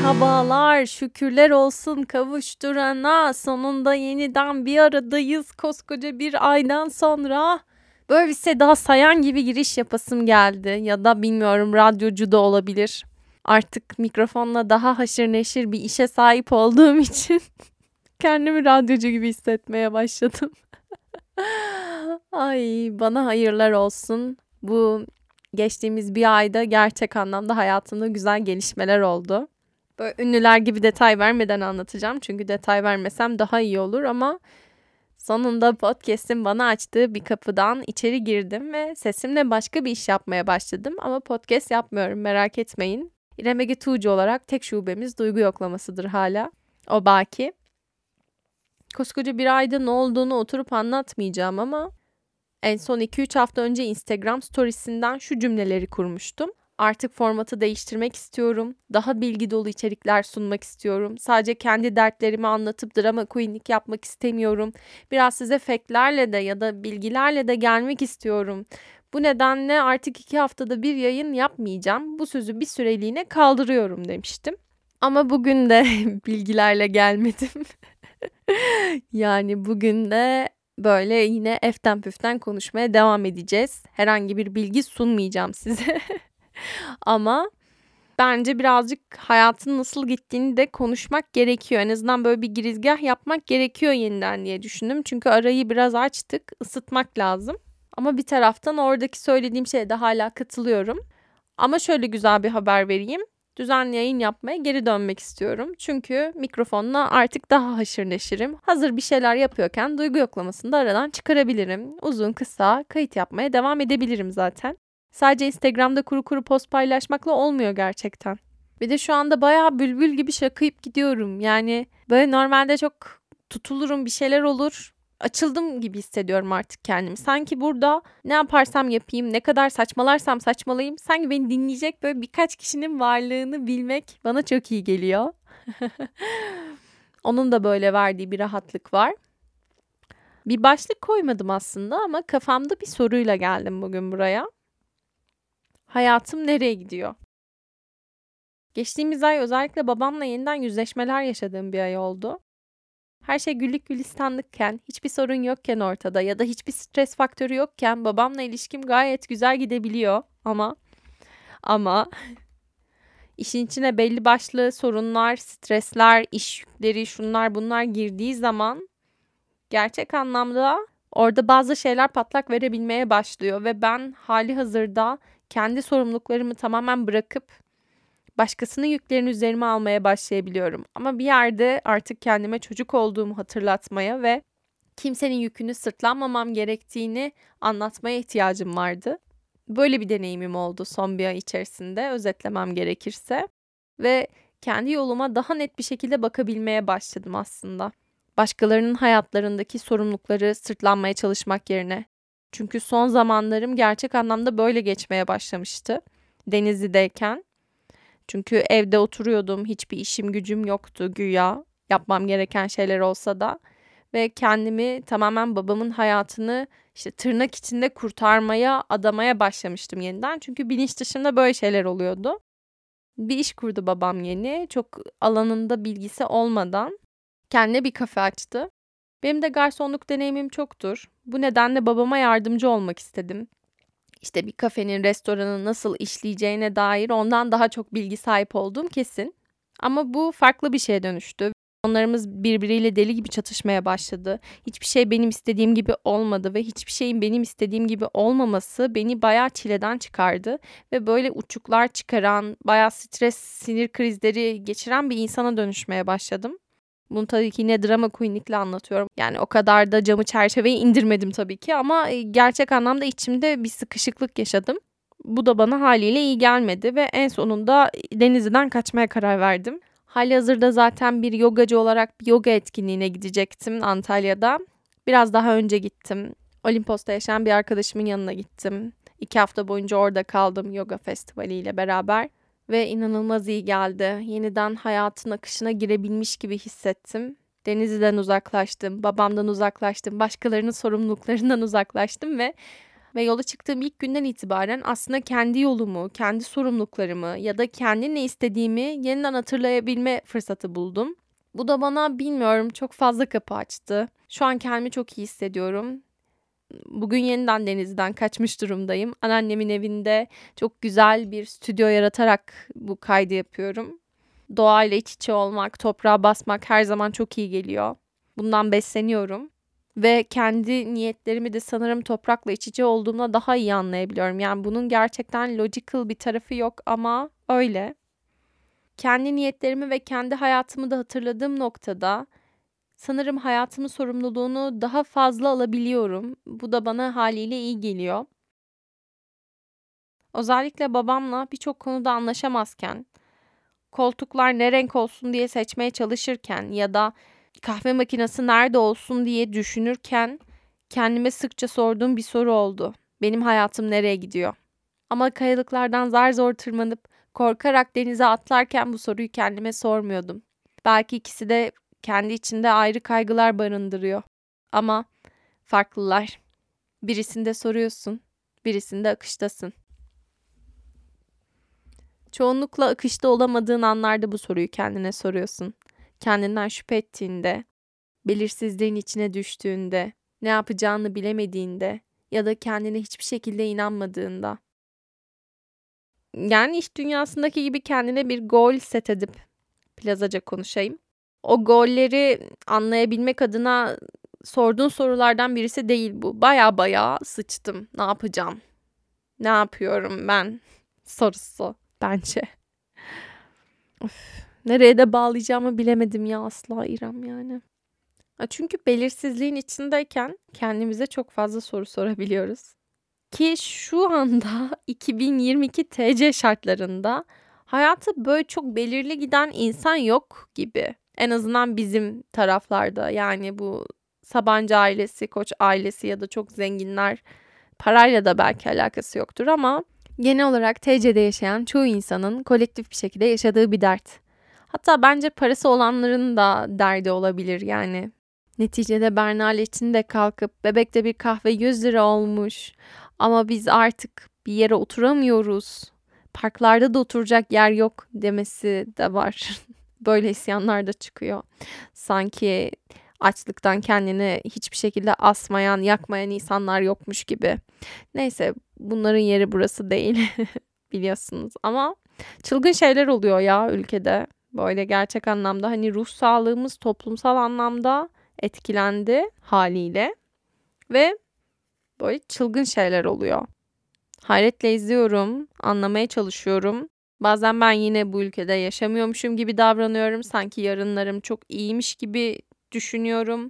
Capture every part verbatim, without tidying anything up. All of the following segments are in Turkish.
Merhabalar, şükürler olsun kavuşturana. Sonunda yeniden bir aradayız koskoca bir aydan sonra. Böyle bir Seda Sayan gibi giriş yapasım geldi. Ya da bilmiyorum, radyocu da olabilir. Artık mikrofonla daha haşır neşir bir işe sahip olduğum için kendimi radyocu gibi hissetmeye başladım. Ay, bana hayırlar olsun. Bu geçtiğimiz bir ayda gerçek anlamda hayatımda güzel gelişmeler oldu. Böyle ünlüler gibi detay vermeden anlatacağım. Çünkü detay vermesem daha iyi olur ama sonunda podcast'in bana açtığı bir kapıdan içeri girdim ve sesimle başka bir iş yapmaya başladım. Ama podcast yapmıyorum, merak etmeyin. İrem Ege Tuğcu olarak tek şubemiz duygu yoklamasıdır hala. O baki. Koskoca bir ayda ne olduğunu oturup anlatmayacağım ama en son iki üç hafta önce Instagram storiesinden şu cümleleri kurmuştum. Artık formatı değiştirmek istiyorum. Daha bilgi dolu içerikler sunmak istiyorum. Sadece kendi dertlerimi anlatıp drama queenlik yapmak istemiyorum. Biraz size fake'lerle de ya da bilgilerle de gelmek istiyorum. Bu nedenle artık iki haftada bir yayın yapmayacağım. Bu sözü bir süreliğine kaldırıyorum demiştim. Ama bugün de bilgilerle gelmedim. Yani bugün de böyle yine eften püften konuşmaya devam edeceğiz. Herhangi bir bilgi sunmayacağım size. Ama bence birazcık hayatın nasıl gittiğini de konuşmak gerekiyor. En azından böyle bir girizgah yapmak gerekiyor yeniden diye düşündüm. Çünkü arayı biraz açtık, ısıtmak lazım. Ama bir taraftan oradaki söylediğim şeye de hala katılıyorum. Ama şöyle güzel bir haber vereyim. Düzenli yayın yapmaya geri dönmek istiyorum. Çünkü mikrofonla artık daha haşır neşirim. Hazır bir şeyler yapıyorken duygu yoklamasını da aradan çıkarabilirim. Uzun kısa kayıt yapmaya devam edebilirim zaten. Sadece Instagram'da kuru kuru post paylaşmakla olmuyor gerçekten. Bir de şu anda bayağı bülbül gibi şakayıp gidiyorum. Yani böyle normalde çok tutulurum, bir şeyler olur. Açıldım gibi hissediyorum artık kendimi. Sanki burada ne yaparsam yapayım, ne kadar saçmalarsam saçmalayayım, sanki beni dinleyecek böyle birkaç kişinin varlığını bilmek bana çok iyi geliyor. Onun da böyle verdiği bir rahatlık var. Bir başlık koymadım aslında ama kafamda bir soruyla geldim bugün buraya. Hayatım nereye gidiyor? Geçtiğimiz ay özellikle babamla yeniden yüzleşmeler yaşadığım bir ay oldu. Her şey güllük gülistanlıkken, hiçbir sorun yokken ortada ya da hiçbir stres faktörü yokken babamla ilişkim gayet güzel gidebiliyor. Ama ama işin içine belli başlı sorunlar, stresler, iş yükleri, şunlar bunlar girdiği zaman gerçek anlamda orada bazı şeyler patlak verebilmeye başlıyor ve ben hali hazırda kendi sorumluluklarımı tamamen bırakıp başkasının yüklerini üzerime almaya başlayabiliyorum. Ama bir yerde artık kendime çocuk olduğumu hatırlatmaya ve kimsenin yükünü sırtlanmamam gerektiğini anlatmaya ihtiyacım vardı. Böyle bir deneyimim oldu son bir ay içerisinde, özetlemem gerekirse. Ve kendi yoluma daha net bir şekilde bakabilmeye başladım aslında. Başkalarının hayatlarındaki sorumlulukları sırtlanmaya çalışmak yerine. Çünkü son zamanlarım gerçek anlamda böyle geçmeye başlamıştı. Denizli'deyken. Çünkü evde oturuyordum, hiçbir işim gücüm yoktu güya, yapmam gereken şeyler olsa da. Ve kendimi tamamen babamın hayatını işte tırnak içinde kurtarmaya, adamaya başlamıştım yeniden. Çünkü bilinç dışımda böyle şeyler oluyordu. Bir iş kurdu babam yeni, çok alanında bilgisi olmadan kendine bir kafe açtı. Benim de garsonluk deneyimim çoktur. Bu nedenle babama yardımcı olmak istedim. İşte bir kafenin, restoranın nasıl işleyeceğine dair ondan daha çok bilgi sahip olduğum kesin. Ama bu farklı bir şeye dönüştü. Onlarımız birbiriyle deli gibi çatışmaya başladı. Hiçbir şey benim istediğim gibi olmadı ve hiçbir şeyin benim istediğim gibi olmaması beni bayağı çileden çıkardı. Ve böyle uçuklar çıkaran, bayağı stres, sinir krizleri geçiren bir insana dönüşmeye başladım. Bunu tabii ki yine drama queenlikle anlatıyorum. Yani o kadar da camı çerçeveyi indirmedim tabii ki ama gerçek anlamda içimde bir sıkışıklık yaşadım. Bu da bana haliyle iyi gelmedi ve en sonunda Denizli'den kaçmaya karar verdim. Halihazırda zaten bir yogacı olarak bir yoga etkinliğine gidecektim Antalya'da. Biraz daha önce gittim. Olimpos'ta yaşayan bir arkadaşımın yanına gittim. İki hafta boyunca orada kaldım yoga festivaliyle beraber. Ve inanılmaz iyi geldi. Yeniden hayatın akışına girebilmiş gibi hissettim. Denizli'den uzaklaştım, babamdan uzaklaştım, başkalarının sorumluluklarından uzaklaştım ve Ve yola çıktığım ilk günden itibaren aslında kendi yolumu, kendi sorumluluklarımı ya da kendi ne istediğimi yeniden hatırlayabilme fırsatı buldum. Bu da bana bilmiyorum çok fazla kapı açtı. Şu an kendimi çok iyi hissediyorum. Bugün yeniden denizden kaçmış durumdayım. Anneannemin evinde çok güzel bir stüdyo yaratarak bu kaydı yapıyorum. Doğayla iç içe olmak, toprağa basmak her zaman çok iyi geliyor. Bundan besleniyorum. Ve kendi niyetlerimi de sanırım toprakla iç içe olduğumda daha iyi anlayabiliyorum. Yani bunun gerçekten logical bir tarafı yok ama öyle. Kendi niyetlerimi ve kendi hayatımı da hatırladığım noktada sanırım hayatımın sorumluluğunu daha fazla alabiliyorum. Bu da bana haliyle iyi geliyor. Özellikle babamla birçok konuda anlaşamazken, koltuklar ne renk olsun diye seçmeye çalışırken ya da kahve makinesi nerede olsun diye düşünürken kendime sıkça sorduğum bir soru oldu. Benim hayatım nereye gidiyor? Ama kayalıklardan zar zor tırmanıp korkarak denize atlarken bu soruyu kendime sormuyordum. Belki ikisi de kendi içinde ayrı kaygılar barındırıyor. Ama farklılar. Birisinde soruyorsun, birisinde akıştasın. Çoğunlukla akışta olamadığın anlarda bu soruyu kendine soruyorsun. Kendinden şüphe ettiğinde, belirsizliğin içine düştüğünde, ne yapacağını bilemediğinde ya da kendine hiçbir şekilde inanmadığında. Yani iş dünyasındaki gibi kendine bir goal set edip plazaca konuşayım. O golleri anlayabilmek adına sorduğun sorulardan birisi değil bu. Baya baya sıçtım. Ne yapacağım? Ne yapıyorum ben? Sorusu bence. Of, nereye de bağlayacağımı bilemedim ya asla İrem yani. Çünkü belirsizliğin içindeyken kendimize çok fazla soru sorabiliyoruz. Ki şu anda iki bin yirmi iki T C şartlarında hayatı böyle çok belirli giden insan yok gibi. En azından bizim taraflarda yani bu Sabancı ailesi, Koç ailesi ya da çok zenginler parayla da belki alakası yoktur ama genel olarak T C'de yaşayan çoğu insanın kolektif bir şekilde yaşadığı bir dert. Hatta bence parası olanların da derdi olabilir yani. Neticede Berna için de kalkıp bebekte bir kahve yüz lira olmuş ama biz artık bir yere oturamıyoruz. Parklarda da oturacak yer yok demesi de var. Böyle isyanlar da çıkıyor. Sanki açlıktan kendini hiçbir şekilde asmayan, yakmayan insanlar yokmuş gibi. Neyse bunların yeri burası değil biliyorsunuz ama çılgın şeyler oluyor ya ülkede. Böyle gerçek anlamda hani ruh sağlığımız toplumsal anlamda etkilendi haliyle ve böyle çılgın şeyler oluyor. Hayretle izliyorum, anlamaya çalışıyorum. Bazen ben yine bu ülkede yaşamıyormuşum gibi davranıyorum. Sanki yarınlarım çok iyiymiş gibi düşünüyorum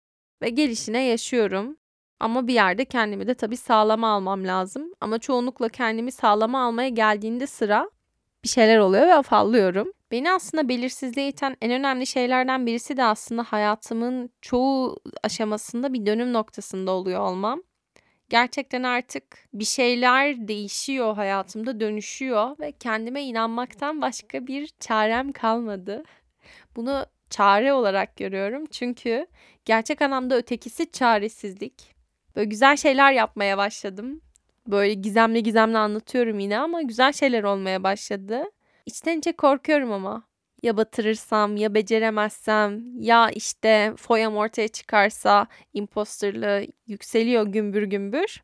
ve gelişine yaşıyorum. Ama bir yerde kendimi de tabii sağlama almam lazım. Ama çoğunlukla kendimi sağlama almaya geldiğinde sıra bir şeyler oluyor ve afallıyorum. Beni aslında belirsizliğe iten en önemli şeylerden birisi de aslında hayatımın çoğu aşamasında bir dönüm noktasında oluyor olmam. Gerçekten artık bir şeyler değişiyor hayatımda, dönüşüyor ve kendime inanmaktan başka bir çarem kalmadı. Bunu çare olarak görüyorum çünkü gerçek anlamda ötekisi çaresizlik. Böyle güzel şeyler yapmaya başladım. Böyle gizemli gizemli anlatıyorum yine ama güzel şeyler olmaya başladı. İçten içe korkuyorum ama. Ya batırırsam, ya beceremezsem, ya işte foyam ortaya çıkarsa imposterlığı yükseliyor gümbür gümbür.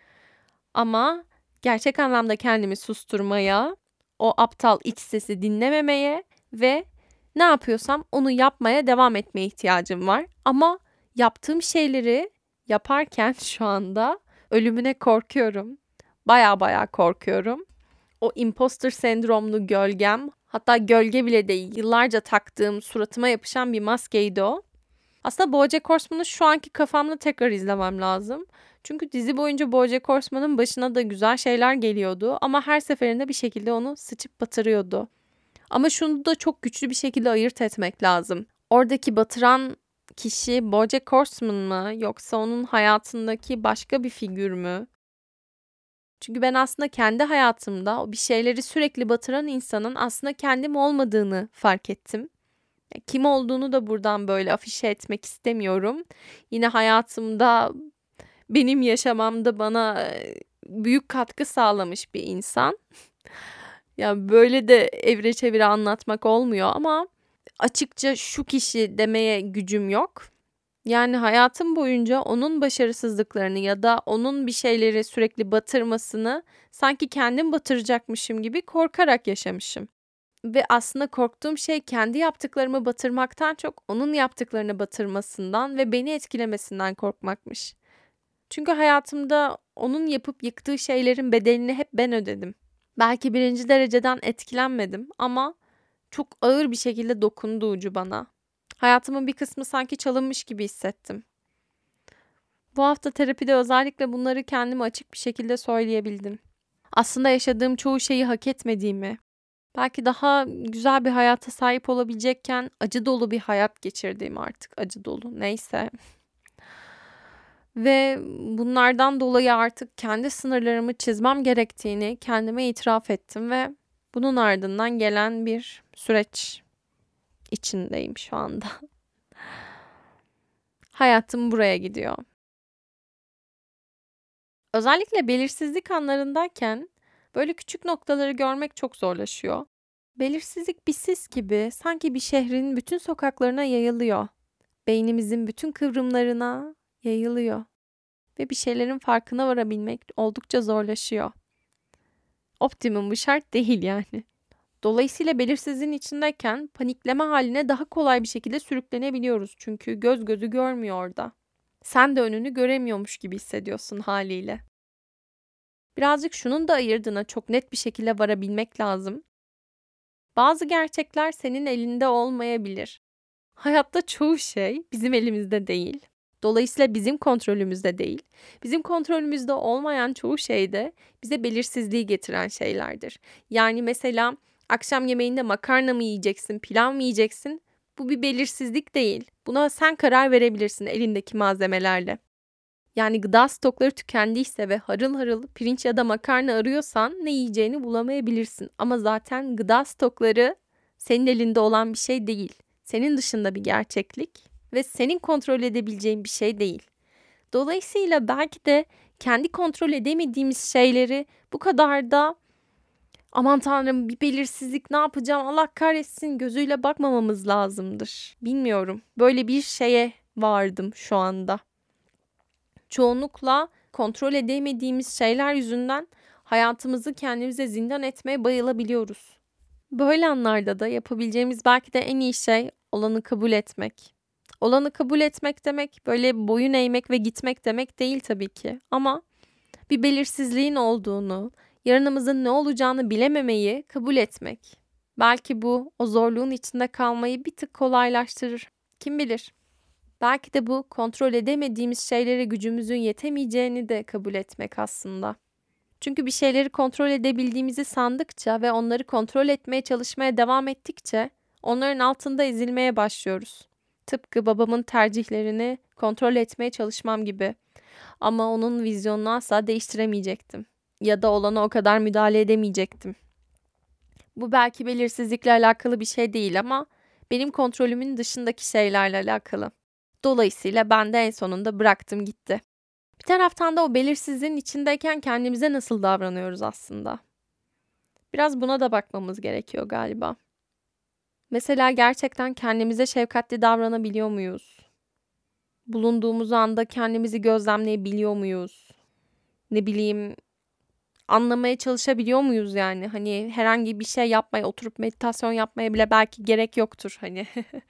Ama gerçek anlamda kendimi susturmaya, o aptal iç sesi dinlememeye ve ne yapıyorsam onu yapmaya devam etmeye ihtiyacım var. Ama yaptığım şeyleri yaparken şu anda ölümüne korkuyorum. Baya baya korkuyorum. O imposter sendromlu gölgem, hatta gölge bile değil, yıllarca taktığım suratıma yapışan bir maskeydi o. Aslında BoJack Horseman'ı şu anki kafamda tekrar izlemem lazım. Çünkü dizi boyunca BoJack Horseman'ın başına da güzel şeyler geliyordu ama her seferinde bir şekilde onu sıçıp batırıyordu. Ama şunu da çok güçlü bir şekilde ayırt etmek lazım. Oradaki batıran kişi BoJack Horseman mı yoksa onun hayatındaki başka bir figür mü? Çünkü ben aslında kendi hayatımda o bir şeyleri sürekli batıran insanın aslında kendim olmadığını fark ettim. Kim olduğunu da buradan böyle afişe etmek istemiyorum. Yine hayatımda benim yaşamamda bana e, büyük katkı sağlamış bir insan. Ya böyle de evre çevire anlatmak olmuyor ama açıkça şu kişi demeye gücüm yok. Yani hayatım boyunca onun başarısızlıklarını ya da onun bir şeyleri sürekli batırmasını sanki kendim batıracakmışım gibi korkarak yaşamışım. Ve aslında korktuğum şey kendi yaptıklarımı batırmaktan çok onun yaptıklarını batırmasından ve beni etkilemesinden korkmakmış. Çünkü hayatımda onun yapıp yıktığı şeylerin bedelini hep ben ödedim. Belki birinci dereceden etkilenmedim ama çok ağır bir şekilde dokundu ucu bana. Hayatımın bir kısmı sanki çalınmış gibi hissettim. Bu hafta terapide özellikle bunları kendime açık bir şekilde söyleyebildim. Aslında yaşadığım çoğu şeyi hak etmediğimi, belki daha güzel bir hayata sahip olabilecekken acı dolu bir hayat geçirdiğimi artık acı dolu neyse. Ve bunlardan dolayı artık kendi sınırlarımı çizmem gerektiğini kendime itiraf ettim ve bunun ardından gelen bir süreç içindeyim şu anda. Hayatım buraya gidiyor. Özellikle belirsizlik anlarındayken böyle küçük noktaları görmek çok zorlaşıyor. Belirsizlik bir sis gibi sanki bir şehrin bütün sokaklarına yayılıyor. Beynimizin bütün kıvrımlarına yayılıyor. Ve bir şeylerin farkına varabilmek oldukça zorlaşıyor. Optimum bir şart değil yani. Dolayısıyla belirsizliğin içindeyken panikleme haline daha kolay bir şekilde sürüklenebiliyoruz. Çünkü göz gözü görmüyor orada. Sen de önünü göremiyormuş gibi hissediyorsun haliyle. Birazcık şunun da ayırdığına çok net bir şekilde varabilmek lazım. Bazı gerçekler senin elinde olmayabilir. Hayatta çoğu şey bizim elimizde değil. Dolayısıyla bizim kontrolümüzde değil. Bizim kontrolümüzde olmayan çoğu şey de bize belirsizliği getiren şeylerdir. Yani mesela akşam yemeğinde makarna mı yiyeceksin, pilav mı yiyeceksin? Bu bir belirsizlik değil. Buna sen karar verebilirsin elindeki malzemelerle. Yani gıda stokları tükendiyse ve harıl harıl pirinç ya da makarna arıyorsan ne yiyeceğini bulamayabilirsin. Ama zaten gıda stokları senin elinde olan bir şey değil. Senin dışında bir gerçeklik ve senin kontrol edebileceğin bir şey değil. Dolayısıyla belki de kendi kontrol edemediğimiz şeyleri bu kadar da aman tanrım bir belirsizlik ne yapacağım Allah kahretsin gözüyle bakmamamız lazımdır. Bilmiyorum. Böyle bir şeye vardım şu anda. Çoğunlukla kontrol edemediğimiz şeyler yüzünden hayatımızı kendimize zindan etmeye bayılabiliyoruz. Böyle anlarda da yapabileceğimiz belki de en iyi şey olanı kabul etmek. Olanı kabul etmek demek böyle boyun eğmek ve gitmek demek değil tabii ki. Ama bir belirsizliğin olduğunu, yarınımızın ne olacağını bilememeyi kabul etmek. Belki bu o zorluğun içinde kalmayı bir tık kolaylaştırır. Kim bilir? Belki de bu kontrol edemediğimiz şeylere gücümüzün yetemeyeceğini de kabul etmek aslında. Çünkü bir şeyleri kontrol edebildiğimizi sandıkça ve onları kontrol etmeye çalışmaya devam ettikçe onların altında ezilmeye başlıyoruz. Tıpkı babamın tercihlerini kontrol etmeye çalışmam gibi. Ama onun vizyonunu asla değiştiremeyecektim. Ya da olana o kadar müdahale edemeyecektim. Bu belki belirsizlikle alakalı bir şey değil ama benim kontrolümün dışındaki şeylerle alakalı. Dolayısıyla ben de en sonunda bıraktım gitti. Bir taraftan da o belirsizliğin içindeyken kendimize nasıl davranıyoruz aslında? Biraz buna da bakmamız gerekiyor galiba. Mesela gerçekten kendimize şefkatli davranabiliyor muyuz? Bulunduğumuz anda kendimizi gözlemleyebiliyor muyuz? Ne bileyim, anlamaya çalışabiliyor muyuz yani? Hani herhangi bir şey yapmaya, oturup meditasyon yapmaya bile belki gerek yoktur hani.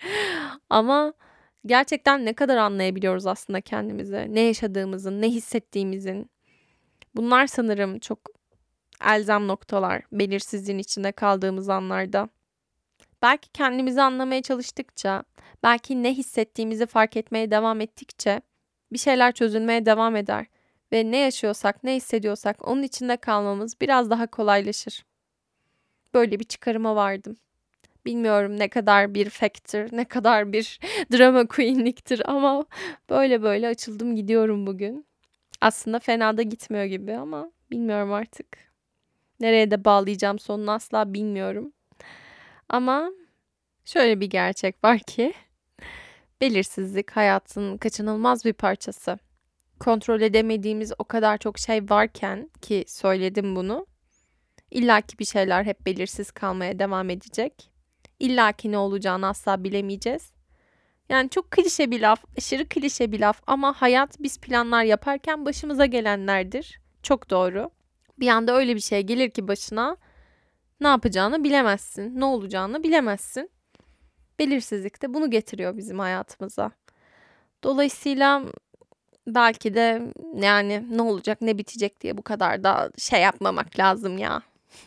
Ama gerçekten ne kadar anlayabiliyoruz aslında kendimizi, ne yaşadığımızın, ne hissettiğimizin. Bunlar sanırım çok elzem noktalar belirsizliğin içinde kaldığımız anlarda. Belki kendimizi anlamaya çalıştıkça, belki ne hissettiğimizi fark etmeye devam ettikçe bir şeyler çözülmeye devam eder ve ne yaşıyorsak, ne hissediyorsak onun içinde kalmamız biraz daha kolaylaşır. Böyle bir çıkarıma vardım. Bilmiyorum ne kadar bir factor, ne kadar bir drama queen'liktir ama böyle böyle açıldım gidiyorum bugün. Aslında fena da gitmiyor gibi ama bilmiyorum artık. Nereye de bağlayacağım sonunu asla bilmiyorum. Ama şöyle bir gerçek var ki belirsizlik hayatın kaçınılmaz bir parçası. Kontrol edemediğimiz o kadar çok şey varken ki söyledim bunu. İlla ki bir şeyler hep belirsiz kalmaya devam edecek. İlla ki ne olacağını asla bilemeyeceğiz. Yani çok klişe bir laf, aşırı klişe bir laf ama hayat biz planlar yaparken başımıza gelenlerdir. Çok doğru. Bir anda öyle bir şey gelir ki başına ne yapacağını bilemezsin, ne olacağını bilemezsin. Belirsizlik de bunu getiriyor bizim hayatımıza. Dolayısıyla belki de yani ne olacak ne bitecek diye bu kadar da şey yapmamak lazım ya.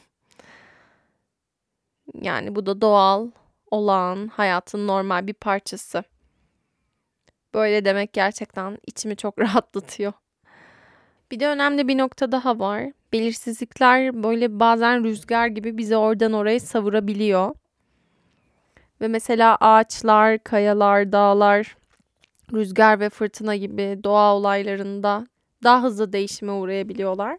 Yani bu da doğal, olağan, hayatın normal bir parçası. Böyle demek gerçekten içimi çok rahatlatıyor. Bir de önemli bir nokta daha var. Belirsizlikler böyle bazen rüzgar gibi bizi oradan oraya savurabiliyor. Ve mesela ağaçlar, kayalar, dağlar, rüzgar ve fırtına gibi doğa olaylarında daha hızlı değişime uğrayabiliyorlar.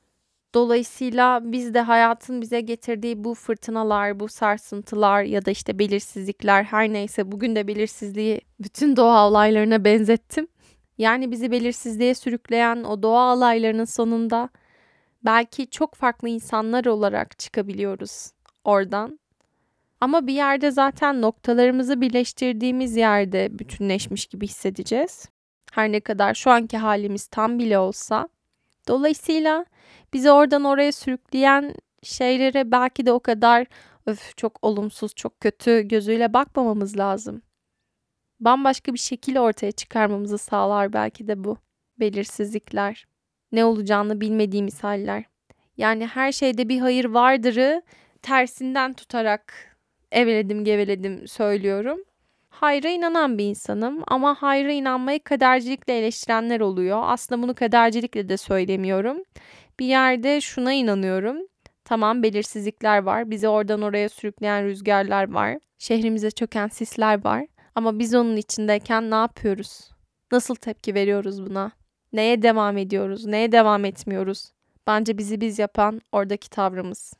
Dolayısıyla biz de hayatın bize getirdiği bu fırtınalar, bu sarsıntılar ya da işte belirsizlikler her neyse bugün de belirsizliği bütün doğa olaylarına benzettim. Yani bizi belirsizliğe sürükleyen o doğa olaylarının sonunda belki çok farklı insanlar olarak çıkabiliyoruz oradan. Ama bir yerde zaten noktalarımızı birleştirdiğimiz yerde bütünleşmiş gibi hissedeceğiz. Her ne kadar şu anki halimiz tam bile olsa. Dolayısıyla bizi oradan oraya sürükleyen şeylere belki de o kadar öf çok olumsuz, çok kötü gözüyle bakmamamız lazım. Bambaşka bir şekil ortaya çıkarmamızı sağlar belki de bu belirsizlikler. Ne olacağını bilmediğimiz haller. Yani her şeyde bir hayır vardırı tersinden tutarak eveledim geveledim söylüyorum. Hayra inanan bir insanım ama hayra inanmayı kadercilikle eleştirenler oluyor. Aslında bunu kadercilikle de söylemiyorum. Bir yerde şuna inanıyorum. Tamam belirsizlikler var. Bizi oradan oraya sürükleyen rüzgarlar var. Şehrimize çöken sisler var. Ama biz onun içindeyken ne yapıyoruz? Nasıl tepki veriyoruz buna? Neye devam ediyoruz? Neye devam etmiyoruz? Bence bizi biz yapan oradaki tavrımız.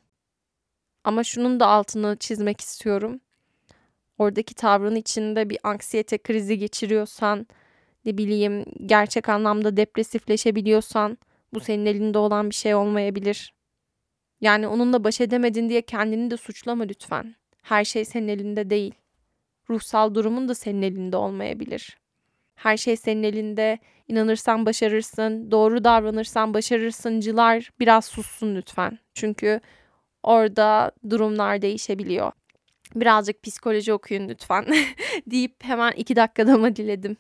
Ama şunun da altını çizmek istiyorum. Oradaki tavrın içinde bir anksiyete krizi geçiriyorsan, ne bileyim gerçek anlamda depresifleşebiliyorsan bu senin elinde olan bir şey olmayabilir. Yani onunla baş edemedin diye kendini de suçlama lütfen. Her şey senin elinde değil. Ruhsal durumun da senin elinde olmayabilir. Her şey senin elinde. İnanırsan başarırsın, doğru davranırsan başarırsıncılar biraz sussun lütfen. Çünkü orada durumlar değişebiliyor. Birazcık psikoloji okuyun lütfen deyip hemen iki dakikada mı diledim.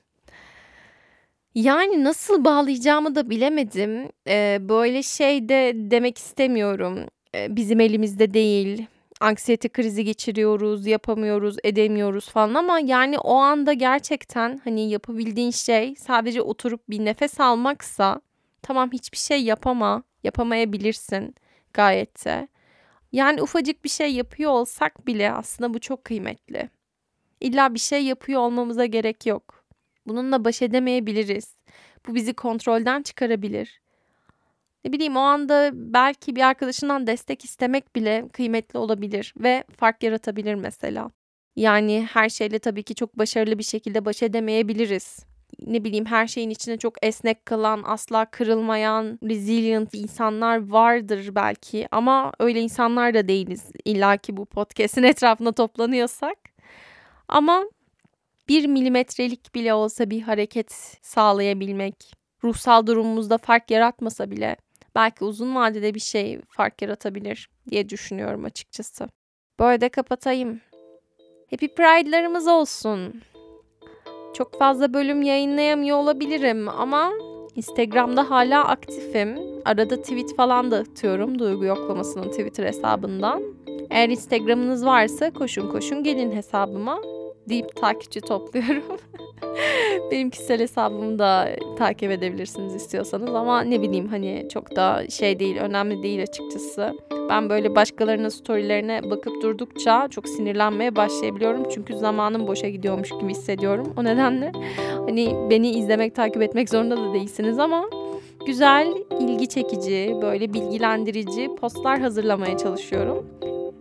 Yani nasıl bağlayacağımı da bilemedim. Ee, böyle şey de demek istemiyorum. Ee, bizim elimizde değil. Anksiyete krizi geçiriyoruz, yapamıyoruz, edemiyoruz falan ama yani o anda gerçekten hani yapabildiğin şey sadece oturup bir nefes almaksa tamam hiçbir şey yapama, yapamayabilirsin gayet de. Yani ufacık bir şey yapıyor olsak bile aslında bu çok kıymetli. İlla bir şey yapıyor olmamıza gerek yok. Bununla baş edemeyebiliriz. Bu bizi kontrolden çıkarabilir. Ne bileyim o anda belki bir arkadaşından destek istemek bile kıymetli olabilir ve fark yaratabilir mesela. Yani her şeyle tabii ki çok başarılı bir şekilde baş edemeyebiliriz. Ne bileyim her şeyin içine çok esnek kalan, asla kırılmayan, resilient insanlar vardır belki ama öyle insanlar da değiliz. İlla ki bu podcast'in etrafında toplanıyorsak. Ama bir milimetrelik bile olsa bir hareket sağlayabilmek, ruhsal durumumuzda fark yaratmasa bile belki uzun vadede bir şey fark yaratabilir diye düşünüyorum açıkçası. Böyle de kapatayım. Happy Pride'larımız olsun. Çok fazla bölüm yayınlayamıyor olabilirim ama Instagram'da hala aktifim. Arada tweet falan da atıyorum Duygu Yoklaması'nın Twitter hesabından. Eğer Instagram'ınız varsa koşun koşun gelin hesabıma deyip takipçi topluyorum. Benim kişisel hesabımı da takip edebilirsiniz istiyorsanız ama ne bileyim hani çok da şey değil, önemli değil açıkçası. Ben böyle başkalarının storylerine bakıp durdukça çok sinirlenmeye başlayabiliyorum. Çünkü zamanım boşa gidiyormuş gibi hissediyorum. O nedenle hani beni izlemek, takip etmek zorunda da değilsiniz ama güzel, ilgi çekici, böyle bilgilendirici postlar hazırlamaya çalışıyorum.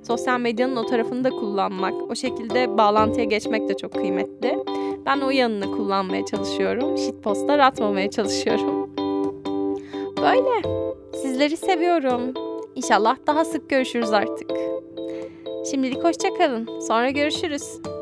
Sosyal medyanın o tarafını da kullanmak, o şekilde bağlantıya geçmek de çok kıymetli. Ben o yanını kullanmaya çalışıyorum. Shitpostlar atmamaya çalışıyorum. Böyle. Sizleri seviyorum. İnşallah daha sık görüşürüz artık. Şimdilik hoşça kalın. Sonra görüşürüz.